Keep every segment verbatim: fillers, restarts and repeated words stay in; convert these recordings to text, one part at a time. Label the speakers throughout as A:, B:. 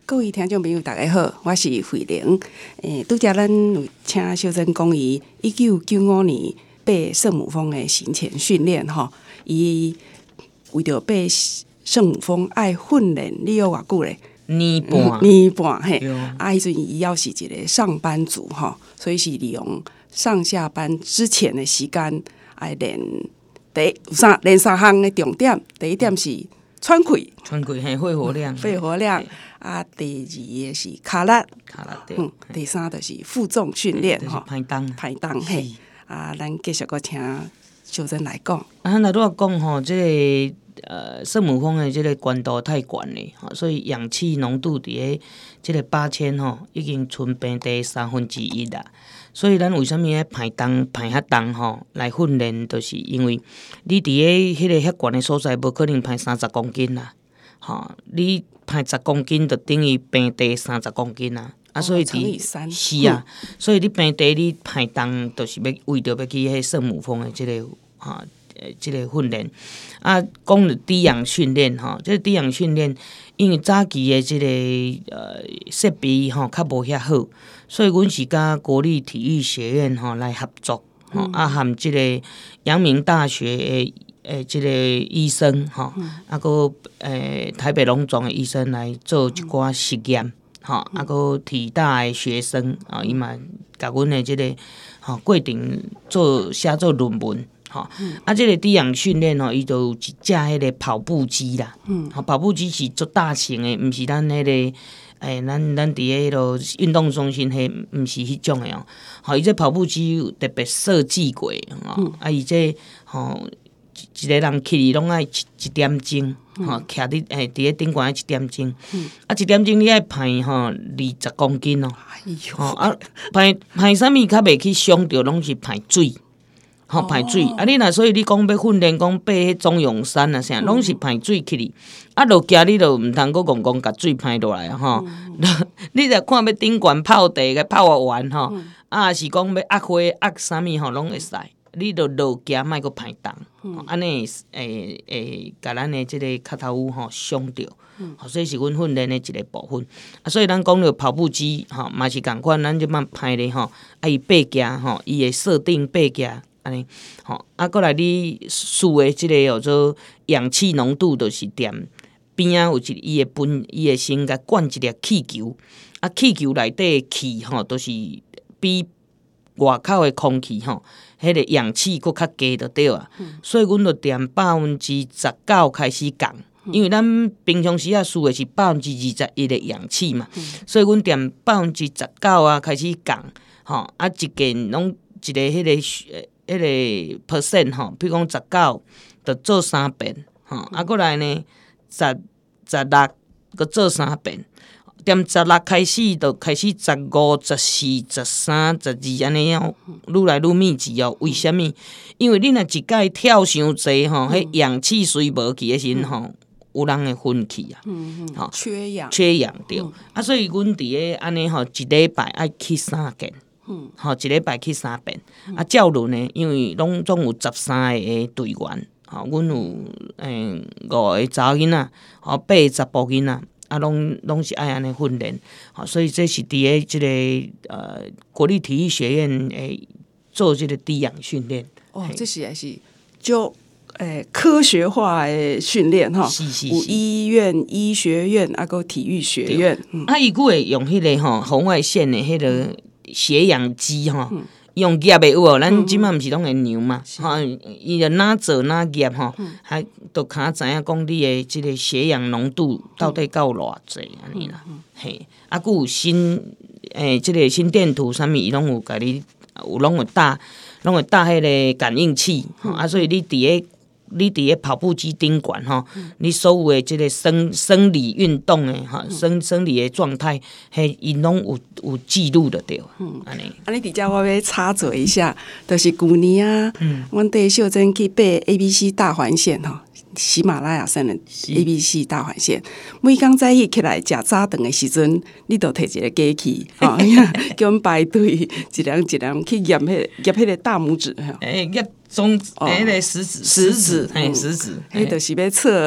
A: 各位听众朋友，大家好，我是慧玲。诶，拄则咱有请秀珍讲伊一九九五年爬圣母峰的行前训练吼，伊为着爬圣母峰爱训练，你有偌久咧？
B: 年半，
A: 年半嘿。啊，迄阵伊要是一个上班族吼，所以是利用上下班之前的时间爱练。第有三练三项的重点，第一点是喘气，
B: 喘气嘿，肺活量，
A: 肺活量。啊，第二个是卡拉，
B: 卡拉对，
A: 嗯，第三就是负重训练
B: 吼，排档，
A: 排档嘿。啊，咱继续个听秀珍来讲。
B: 啊，那如果讲吼，这个呃圣母峰的这个高度太悬咧，吼，所以氧气浓度伫个这个八千吼，已经剩平地三分之一啦。所以咱为什么要排档排遐重吼来训练，就是因为你伫个迄个遐悬的所在，无可能排三十公斤啦，吼，你排十公斤就等于平地三十公斤啊！啊，所以
A: 伫
B: 是啊，所以你平地你排重，就是要为着要去迄圣母峰的即、這个哈诶，即、這个训练啊，讲着低氧训练吼，即、這個低氧训练，因为早期的即、這个呃设备吼较无遐好，所以阮是甲国立体育学院吼来合作，吼、嗯、啊，含即个阳明大学诶。诶，即个医生吼，啊，搁诶台北荣总的医生来做一寡实验，吼，啊，搁体大的学生啊，伊嘛甲阮的即个吼过程做写做论文，吼，啊，即个低氧训练吼，伊就有一只迄个跑步机啦，吼，跑步机是做大型的，毋是咱迄个。诶，咱咱伫迄落运动中心迄，毋是迄种的哦。吼，伊这跑步机有特别设计过，吼，啊，伊这吼。一个人起哩拢爱一一点钟，吼，徛伫诶伫咧顶悬爱一点钟，嗯、啊一点钟你爱排吼二十公斤哦，吼、哎、啊排排啥物较袂去伤着，拢是排水，吼、哦、排水。啊你若所以你讲要训练讲爬迄中庸山啊啥，拢是排水起哩。啊落行你就毋通阁戆戆甲水排落来啊吼，嗯、你著看要顶悬泡茶个泡啊完吼，嗯、啊是讲要压花压啥物吼拢会使。你著落行，莫阁排重，安尼会会甲咱的即个脚头趺吼伤着，吼，所以是阮训练的一个部分。啊，所以咱讲着跑步机吼，嘛是共款，咱即摆排咧吼，啊伊爬行吼，伊会设定爬行安尼，吼，啊，过来你输的即个叫做氧气浓度，就是踮边啊有一伊会分，伊会先甲灌一粒气球，啊，气球内底的气吼，都是比外口的空气吼。迄个氧气佫较低就对啊，嗯、所以阮就踮百分之十九开始降，嗯、因为咱平常时啊输的是百分之二十一的氧气嘛，嗯、所以阮踮百分之十九啊开始降，吼啊一件拢一个迄、那个迄、那个 percent 吼，比如讲十九，就做三遍，吼、嗯、啊过来呢十十六，佫做三遍。踮十六开始，就开始十五、十四、十三、十二安尼哦，愈来愈密集哦。为什么？因为你若一摆跳伤济吼，迄、嗯、氧气随无去的时阵吼，嗯、有人会昏去啊。
A: 嗯嗯。缺氧。
B: 缺氧对。嗯、啊，所以阮伫个安尼吼，一礼拜爱去三遍。嗯。吼，一礼拜去三遍。嗯、啊，教练呢，因为拢总有十三个队员，吼，阮有诶五个查某囡仔，吼八个查甫囡仔。啊，拢拢是爱安尼训练，好，所以这是伫个即个呃国立体育学院诶做即个低氧训练。
A: 哦，这是也是就诶科学化诶训练哈，
B: 是是是，
A: 有医院、医学院，啊个体育学院。
B: 嗯、啊，伊佫会用迄个吼红外线诶迄个血氧机吼。嗯用夹的有无？咱即摆毋是拢会量嘛？吼、嗯，伊就哪做哪夹吼，嗯、还都较知影讲你的即个血氧浓度到底到偌济安尼啦。嗯嗯、嘿，啊，佫有心诶，即、欸这个心电图啥物，伊拢有甲你有拢有搭，拢会搭迄个感应器，嗯、啊，所以你伫个。你伫个跑步机顶悬吼，嗯、你所有的即个生生理运动的哈，生生理的状态，嘿，伊拢有有记录的对。嗯，安尼。
A: 安尼，伫遮我要插嘴一下，就是去年啊，嗯，阮带秀珍去爬 A B C 大环线吼，喜马拉雅山的 A B C 大环线，每工早起起来食早顿的时阵，你都摕一个机器，吼，叫阮排队，一人一人去验迄验迄个大拇指，
B: 诶，验中诶个食指，食指，嘿，食指，
A: 迄就是要测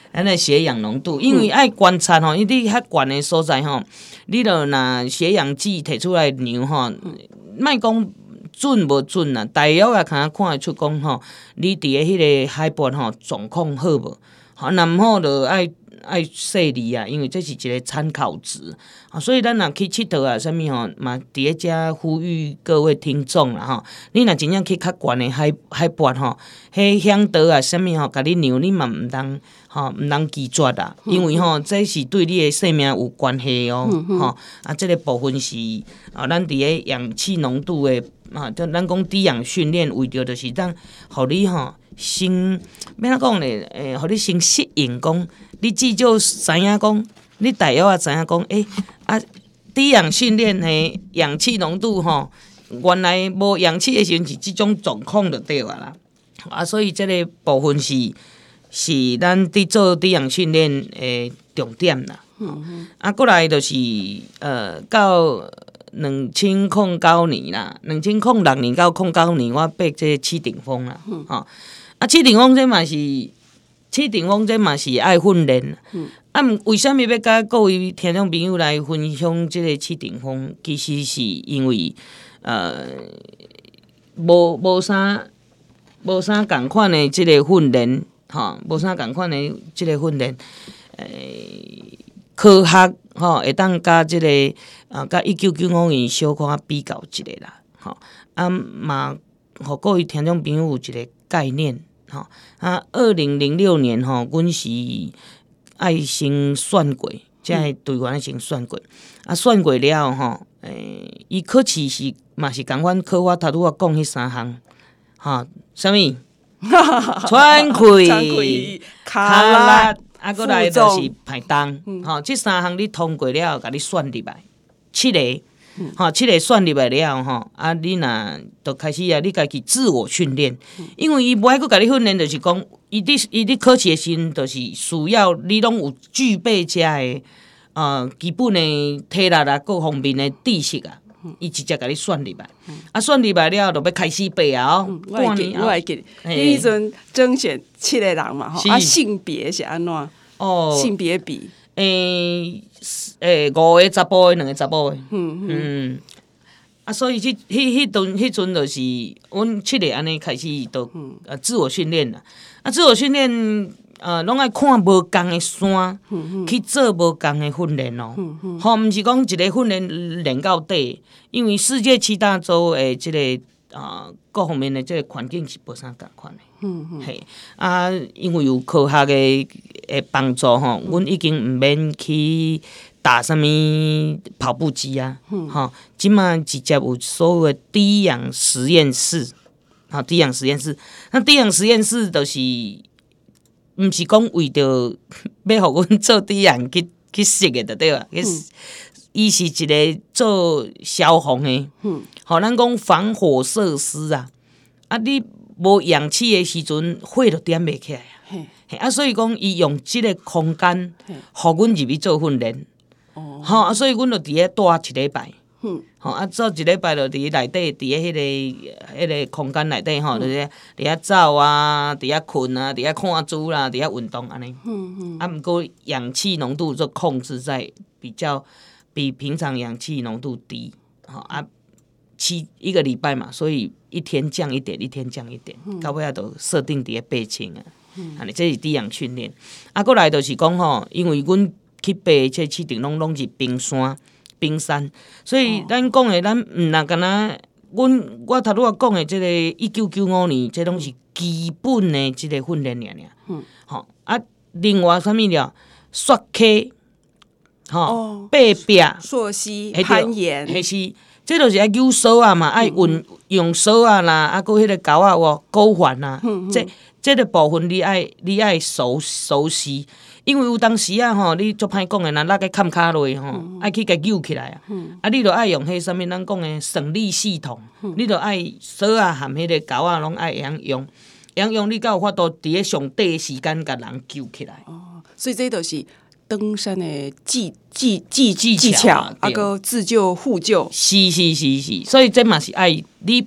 B: 咱的血氧浓度，因为爱观察吼，因为你较悬的所在吼，你著若血氧计摕出来量吼，莫讲准无准啦，大约啊看看会出讲吼，你伫诶迄个海拔吼状况好无？好，若毋好著爱爱细腻啊，因为这是一个参考值啊，所以咱若去佚佗啊，啥物吼嘛，伫咧遮呼吁各位听众啦吼，你若真正去较悬的海海拔吼，迄向导啊，啥物吼，甲你量你嘛毋通吼，毋通拒绝啦，因为吼，这是对你的性命有关系哦，吼、嗯、啊，这个部分是啊，咱伫咧氧气浓度的啊，就咱讲低氧训练，为着就是当互你吼先要怎讲咧？诶，互你先适应讲。你至少知影讲，你大约啊知影讲，诶、欸、啊，低氧训练的氧气浓度吼，原来无氧气的时阵是即种状况就对啊啦。啊，所以这个部分是是咱伫做低氧训练的重点啦。嗯、啊，过来就是呃，到两千零九年啦，两千零六年到零九年，我爬这个七顶峰啦。吼、嗯，啊，七顶峰这嘛是。七顶峰这嘛是爱训练，嗯、啊，为什么要甲各位听众朋友来分享这个七顶峰？其实是因为呃，无无啥无啥共款的这个训练，吼，无啥共款的这个训练，诶、呃，科学吼会当甲这个啊，甲一九九五年小可比较一下啦，吼，啊嘛，互各位听众朋友有一个概念。吼啊！二零零六年吼，阮是爱先选过，即个队员先选过。啊，选过了吼，诶，伊考试是嘛是共阮考我头拄仔讲迄三项，吼，啥物？喘气、卡拉，啊，过来就是排档，吼，即三项你通过了，甲你选入来，七个。吼、嗯，七个选入来了吼，啊，你若就开始啊，你家己自我训练，嗯、因为伊无爱阁甲你训练，就是讲，伊伫伊伫考试的时阵，就是需要你拢有具备遮个呃基本的体力啊，各方面的知识啊，伊、嗯、直接甲你选入来，嗯、啊，选入来了，就要开始背啊、哦嗯。
A: 我会记，我会记，迄迄阵甄选七个人嘛，吼，啊，性别是安怎？哦，性别比。
B: 诶诶，五个查甫的，两个查甫的，嗯嗯，啊，所以迄迄迄阵迄阵就是阮七个安尼开始都呃自我训练啦。啊，自我训练呃，拢爱看无共的山，嗯、去做无共的训练咯。吼、嗯，毋、嗯、是讲一个训练练到底，因为世界七大洲的即、這个。啊、呃，各方面的这个环境是无啥共款的，嗯嗯，嘿啊，因为有科学的诶帮助吼，阮、嗯、已经毋免去打啥物跑步机啊，吼、嗯，即马直接有所有的低氧实验室，吼，低氧实验室，那低氧实验室就是毋是讲为着要互阮做低氧去去食的，对对吧？嗯伊是一个做消防的，嗯，吼，咱讲防火设施啊，啊，你无氧气的时阵，火就点袂起来啊，嘿，啊，所以讲伊用即个空间，互阮入去做训练，哦，吼，啊，所以阮就伫咧住一礼拜，嗯，吼，啊，做一礼拜就伫内底，伫咧迄个迄个空间内底吼，就是伫遐走啊，伫遐困啊，伫遐看书啦，伫遐运动安尼，嗯嗯，啊，毋过氧气浓度就控制在比较。比平常氧气浓度低，好啊，七一个礼拜嘛，所以一天降一点，一天降一点，到尾啊都设定伫八千啊，安尼这是低氧训练。啊，过来就是讲吼，因为阮去爬这七顶拢拢是冰山、冰山，所以咱讲的咱毋若干若，阮我头拄仔讲的这个一九九五年，这拢是基本的这个训练尔尔。嗯，好啊，另外啥物了？雪溪。吼、哦，爬壁、
A: 溯溪、攀岩，
B: 迄是，这就是爱扭手啊嘛，爱运、嗯、用手啊啦，啊，搁迄个钩啊，哇，钩环啊，嗯嗯、这这个部分你爱你爱熟熟悉，因为有当时啊吼，你足歹讲的，若落个坎骹落吼，爱去甲扭起来啊，嗯、啊，你著爱用迄啥物咱讲的省力系统，嗯、你著爱手啊含迄个钩啊，拢爱会晓用，会晓用，你才有法度伫咧上短时间甲人救起来。
A: 哦，所以这都是。登山的技技技技巧，啊个自救互救，
B: 是是是是，所以这嘛是爱你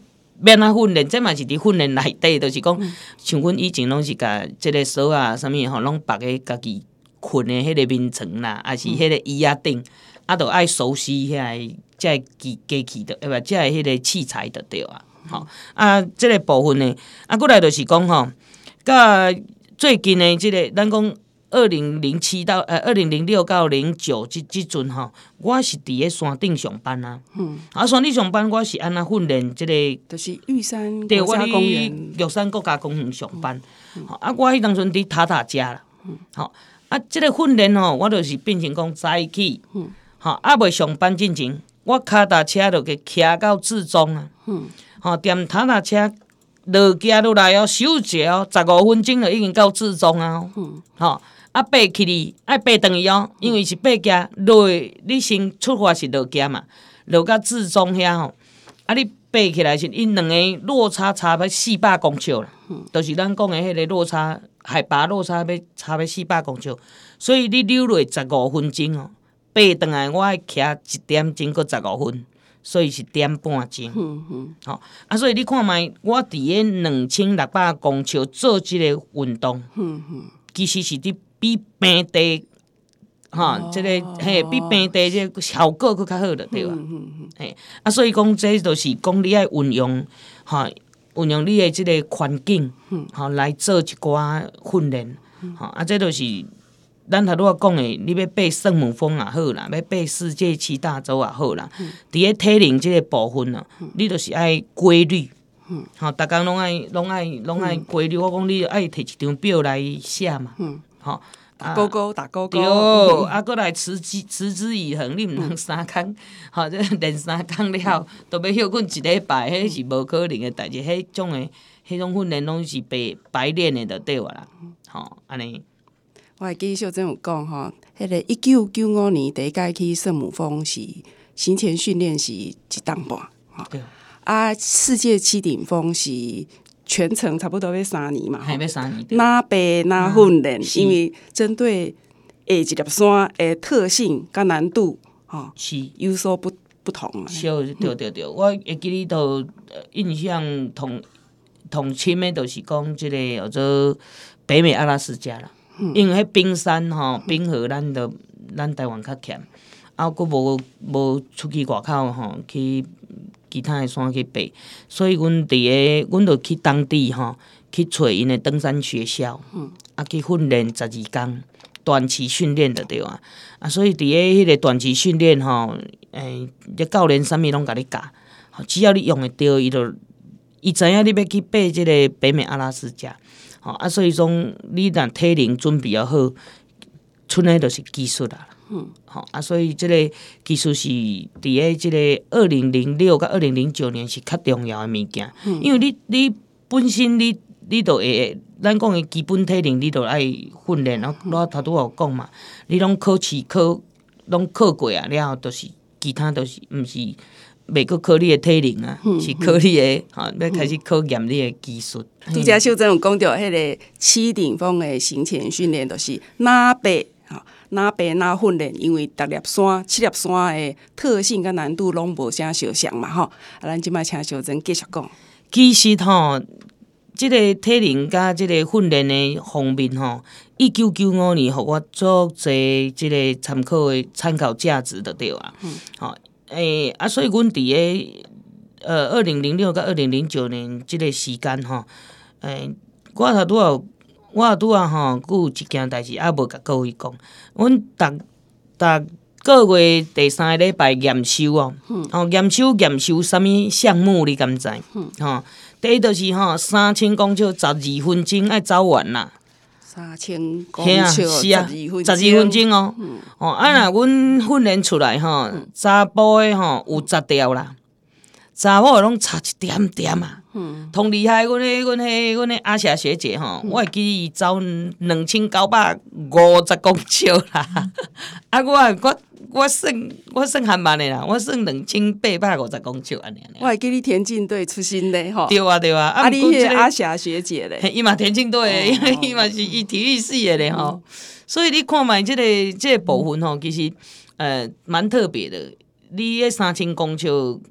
B: 免啊训练，这嘛是伫训练内底，就是讲，嗯、像阮以前拢是甲即个锁啊，啥物吼，拢绑喺家己困的迄个眠床啦，还是迄个椅仔顶，啊，都爱熟悉遐个这机机器的，呃，不，这迄个器材的对啊。吼、啊，即、这个部分呢，啊，过来就是讲吼，甲最近的即、这个，咱讲二零零七到呃二零零六到零九即即阵吼，我是伫咧山顶上班啊。嗯。啊，山顶上班我是安那训练即个，
A: 就是玉山
B: 对，
A: 国家公园，
B: 玉山国家公园上班。嗯嗯、啊，我迄当阵伫塔塔家啦。嗯。吼、啊，即、这个训练吼，我就是变成讲早起。嗯。吼、啊，未上班之前，我脚踏车就给骑到至中啊。嗯。吼，踮塔踏车落行落来哦，休息哦，十五分钟就已经到至中啊。嗯。吼、啊，爬起哩，爱爬转去哦，因为是爬行落，你先出发是落行嘛，落到至中遐吼，啊，你爬起来是因两个落差差要四百公尺啦，嗯、就是咱讲的迄个落差，海拔落差要差要四百公尺，所以你溜落十五分钟哦，爬转来我爱骑一点钟搁十五分。所以是点半钟，嗯嗯，吼、啊，所以你看卖，我伫咧两千六百公尺做即个运动，嗯嗯，其实是伫比平地，吼、哦，即、这个嘿比平地即个效果佫较好的对吧？嗯嗯嗯，嘿，啊，所以讲这就是讲你爱运用，吼、运用你的即个环境，嗯，吼、来做一寡训练，吼、啊，这就是。咱头拄仔讲的，你要爬圣母峰也好啦，要爬世界七大洲也好啦，伫咧、嗯、体能即个部分啊，嗯、你就是爱规律，吼、嗯，逐工拢爱拢爱拢爱规律。嗯、我讲你爱摕一张表来写嘛，吼、嗯，
A: 啊、打勾勾打勾勾，
B: 对，嗯、啊，搁来持之持之以恒，你毋通三工，吼、嗯，这练三工了，都要休困一礼拜，迄、嗯、是无可能的代志。迄种的，迄种训练拢是白白练的，就对啊啦，吼，安尼。
A: 我会记得秀珍有讲吼，迄个一九九五年第一届去圣母峰是行前训练是一档半，吼，啊，世界七顶峰是全程差不多要三年嘛，
B: 还要三年，
A: 哪爬哪训练，因为针对下一粒山的特性甲难度，吼，是有所不不同啊。
B: 是，对对对，我会记哩都印象同同深的，就是讲即个叫做北美阿拉斯加啦。因为迄冰山吼，冰河咱都咱台湾较欠，啊，佫无无出去外口吼，去其他的山去爬，所以阮伫个，阮就去当地吼，去找因的登山学校，嗯、啊，去训练十二工，短期训练的对啊，啊，所以伫个迄个短期训练吼，诶，个教练啥物拢甲你教，只要你用会着，伊就伊知影你要去爬即个北美阿拉斯加。吼啊，所以讲你若体能准备啊好，剩诶就是技术啦。嗯，吼啊，所以即个技术是伫咧即个二零零六到二零零九年是较重要诶物件，嗯、因为你你本身你你就会，咱讲诶基本体能你就爱训练，然后我头拄有讲嘛，你拢考试考拢考过啊了后，就是其他都是毋是。袂阁考你的体能啊，嗯、是考你的，吼、嗯，要开始考验你的技术。
A: 拄则秀珍有讲到，迄个七顶峰的行前训练，就是哪爬，吼，哪爬哪训练，因为逐粒山、七粒山的特性甲难度拢无啥相像嘛，吼。啊，咱即摆请秀珍继续讲。
B: 其实吼，即、這个体能甲即个训练的方面吼，一九九五年，互我做侪即个参考的参考价值的对啊，吼、嗯。诶、欸、啊，所以阮伫个呃二零零六到二零零九年即个时间吼，诶、欸，我头拄啊，我拄啊吼，佫有一件代志还无甲各位讲。阮逐逐个月第三个礼拜验收哦，吼验收验收啥物项目你敢知？吼、嗯，第一就是吼三千公尺十二分钟爱走完啦。
A: 三千公尺十二分
B: 钟，十二分钟哦。嗯、哦，啊，若阮训练出来吼，查甫的吼有十条啦，查某拢差一点点啊。嗯，同厉害，阮迄、阮迄、阮迄阿霞学姐吼，嗯、我会记伊走两千九百五十公尺啦。啊，我我我算我算还慢的啦，我算两千八百五十公尺安尼。
A: 我会记你田径队出身的吼。
B: 对啊对啊，
A: 啊你迄个阿霞学姐咧，
B: 伊嘛田径队的，因为伊嘛是伊体育系的咧吼。所以你看卖即、这个即、这个部分吼，其实呃蛮特别的。你迄三千公尺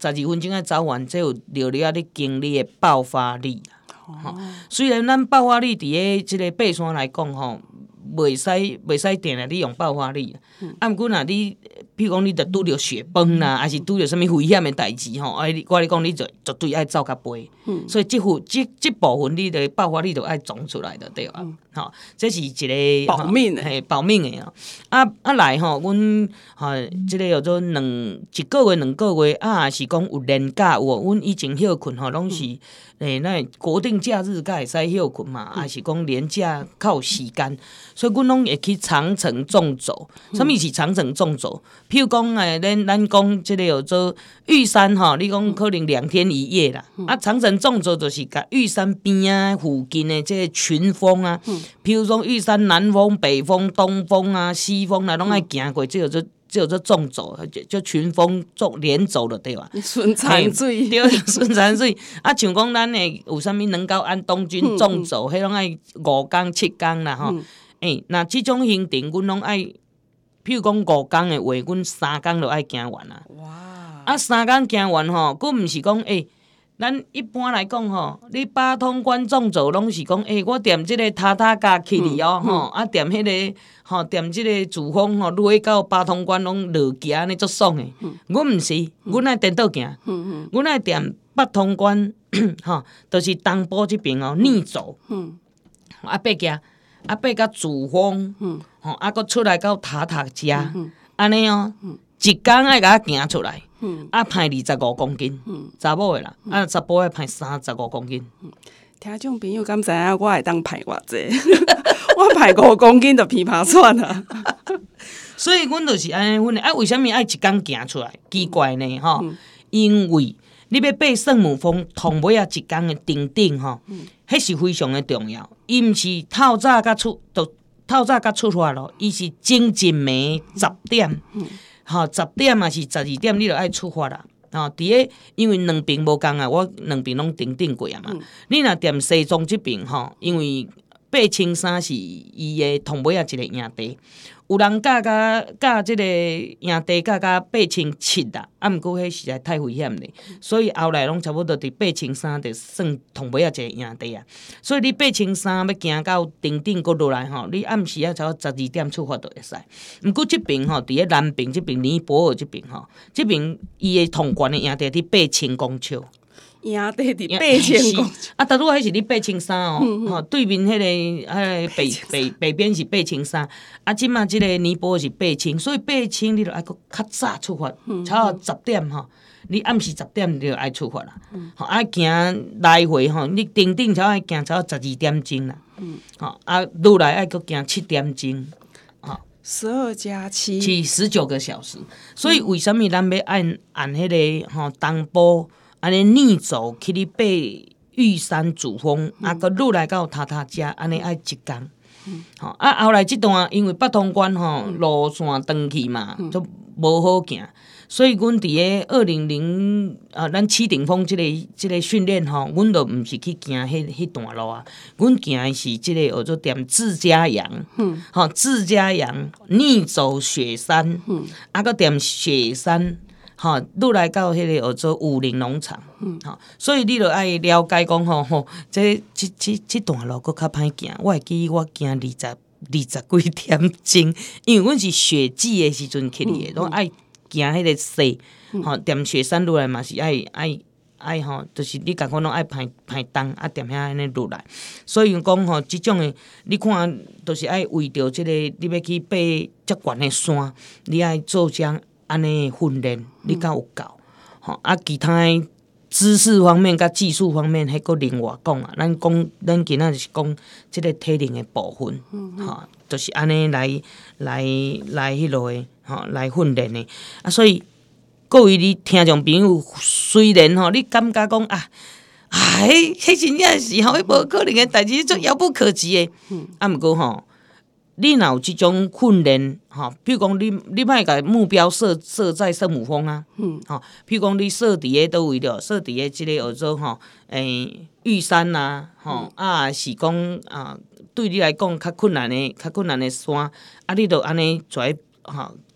B: 十二分钟爱走完，这有聊了你经历的爆发力。吼、哦，虽然咱爆发力伫个即个爬山来讲吼，袂使袂使定定你用爆发力，嗯、啊，毋过若你，譬如讲你著拄着雪崩啦，还是拄着啥物危险的代志吼，哎，我你讲你就绝对爱走较飞，嗯、所以即副即即部分你的爆发力就爱装出来的对啊，吼、嗯，这是一个
A: 保命的，
B: 嘿，保命的哦。啊啊来吼，阮吼即个叫做两一个月两个月啊，是讲有年假有，阮以前休困吼，拢是。嗯诶，那国定假日才会使休困嘛，还、嗯、是讲年假较有时间，所以阮拢会去长程纵走。什么是长程纵走？譬如讲诶，咱咱讲即个叫做玉山吼，你讲可能两天一夜啦。嗯、啊，长程纵走就是甲玉山边啊附近的即个群峰啊，嗯、譬如说玉山南峰、北峰、东峰啊、西峰啊，拢爱行过，即叫做。只有这纵走，就就群峰纵连走了，对吧？
A: 顺产水，
B: 对，顺产水。啊，像讲咱诶有啥物能够按东军纵走，迄拢爱五天七天啦吼。诶，那即种行程，阮拢爱，譬如讲五天诶话，阮三天就爱行完啦。哇！啊，三天行完吼，佫毋是讲诶。咱一般来讲吼，你八通关纵走拢是讲，诶、欸，我踮即个塔塔加去哩哦，吼、嗯，啊，踮迄、那个吼，踮即个主峰吼，落到八通关拢落行安尼足爽诶。阮毋、嗯、是，阮爱颠倒行，阮爱踮八通关，吼，就是东部即边哦，逆走，嗯、啊，爬行，啊，爬到主峰，吼、嗯，啊，佫出来到塔塔加，安尼、嗯、哦，嗯、一工爱甲行出来。嗯、啊，排二十五公斤，查某的啦，嗯、啊，查甫的排三十五公斤。嗯、
A: 听众朋友敢知影我会当排偌济？我排五公斤就琵琶喘啊！
B: 所以阮就是安尼阮的，啊，为什么爱一工行出来？奇怪呢，吼、嗯，因为你要爬圣母峰，同尾啊一工的顶顶吼，迄、嗯、是非常的重要。伊毋是透早甲出，就透早甲出发咯，伊是前一暝十點。嗯嗯吼，十點啊是十二點，你就愛出發啦。吼，佇個因為兩邊無共啊，我兩邊攏頂頂過啊嘛。嗯、你若踮西藏即邊吼，因為爬青山是伊個同尾啊一個營地，有人教甲教即個營地教甲爬青七啦，啊，毋過迄實在太危險咧，所以後來攏差不多佇爬青山就算同尾啊一個營地啊。所以你爬青山要行到頂頂閣落來吼，你暗時啊差不多十二點出發就會使。毋過即邊吼，佇個南邊即邊尼泊爾即邊吼，即邊伊個同關的營地佇爬青公丘。
A: 營地佇爬青公丘
B: 啊，大拄迄是你爬青山哦，吼、嗯嗯、對面迄、那個迄、那個、北北北邊是爬青山，啊，即馬即個尼泊爾是爬青，所以爬青你著愛閣較早出發，差不多十點吼，你暗時十點你就愛出發啦，吼、嗯，啊行來回吼，你頂頂才愛行差不多十二點鐘啦，吼、嗯，啊落來愛閣行七點鐘，吼，
A: 十二加七，
B: 是十九個小時，所以為什麼咱要按按迄個吼東部？安尼逆走去你爬玉山主峰，嗯、啊，佮落來到塔塔加，安尼愛一工。吼、嗯，啊，後來即段因為八通關吼、嗯、路線長去嘛，就無好行，所以阮佇個二零零啊，咱七頂峰即、這個即、這個訓練吼，阮就毋是去行迄迄段路啊，阮行的是即個叫做踮自家陽，嗯，吼，自家陽逆走雪山，嗯，啊，佮踮雪山。吼，落來到迄個叫做武陵農場，吼、嗯，所以你著愛了解講吼吼，這這這這段路佫較歹行。我會記我行二十二十幾點鐘，因為阮是雪季的時陣去哩，攏愛行迄個細，吼、嗯，踮雪山落來嘛是愛愛愛吼，就是你共款攏愛排排冬啊，踮遐安尼落來。所以講吼，即種的你看，著是愛為着即個你要去爬遮懸的山，你愛做將。安尼訓練，你敢有夠？吼、嗯、啊，其他知識方面、甲技術方面，迄個另外講啊。咱講，咱今仔是講即個體能的部分，吼、嗯嗯喔，就是安尼來來來迄落的，吼，來訓練的。啊，所以各位你聽眾朋友，雖然吼，你感覺講啊，哎，迄真正是吼，迄無可能的代志，做遙不可及的。嗯、啊，毋過吼。你若有即種訓練，吼，比如講你你莫甲目標設設在聖母峰啊，嗯，吼，譬如講你設佇個倒位了，設佇個即個叫做吼，誒玉山啊，吼、嗯，啊是講啊，對你來講較困難的、較困難的山，啊，你著安尼跩吼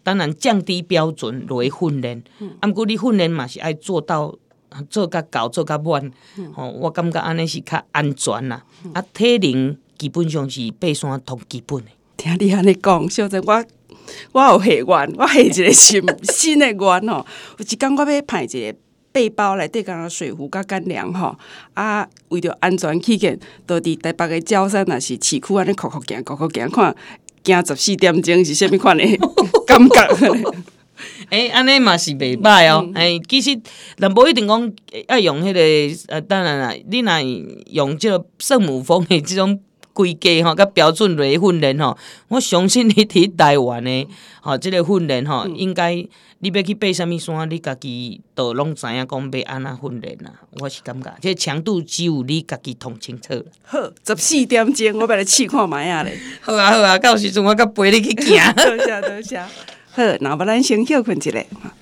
B: 当然降低标准落去训练，啊，毋过你训练嘛是爱做到做甲到做甲满，吼、我感觉安尼是较安全啦。啊，体能基本上是爬山同基本的。
A: 听你安尼讲，小珍，我我有下愿，我下一个新新的愿吼，有一天我要派一个背包内底敢若水壶甲干粮吼，啊，为着安全起见，就伫台北的鸟山，若是市区安尼酷酷行，酷酷行，看行十四点钟是啥物款的感觉？
B: 诶、欸，安尼嘛是袂歹哦。诶、嗯，其实咱无一定讲要用迄、那个呃，当然啦，你若用即个圣母峰的即种规格吼，甲标准来训练吼，我相信你伫台湾的吼，即、这个训练吼，嗯、应该你要去爬啥物山，你家己都拢知影讲要安怎训练啦。我是感觉，即、这个强度只有你家己通清楚。
A: 好，十四点钟，我要来试看卖啊咧。
B: 好啊好啊，到时阵我甲陪你去行。
A: 多谢多谢。好，那么咱先休困一下。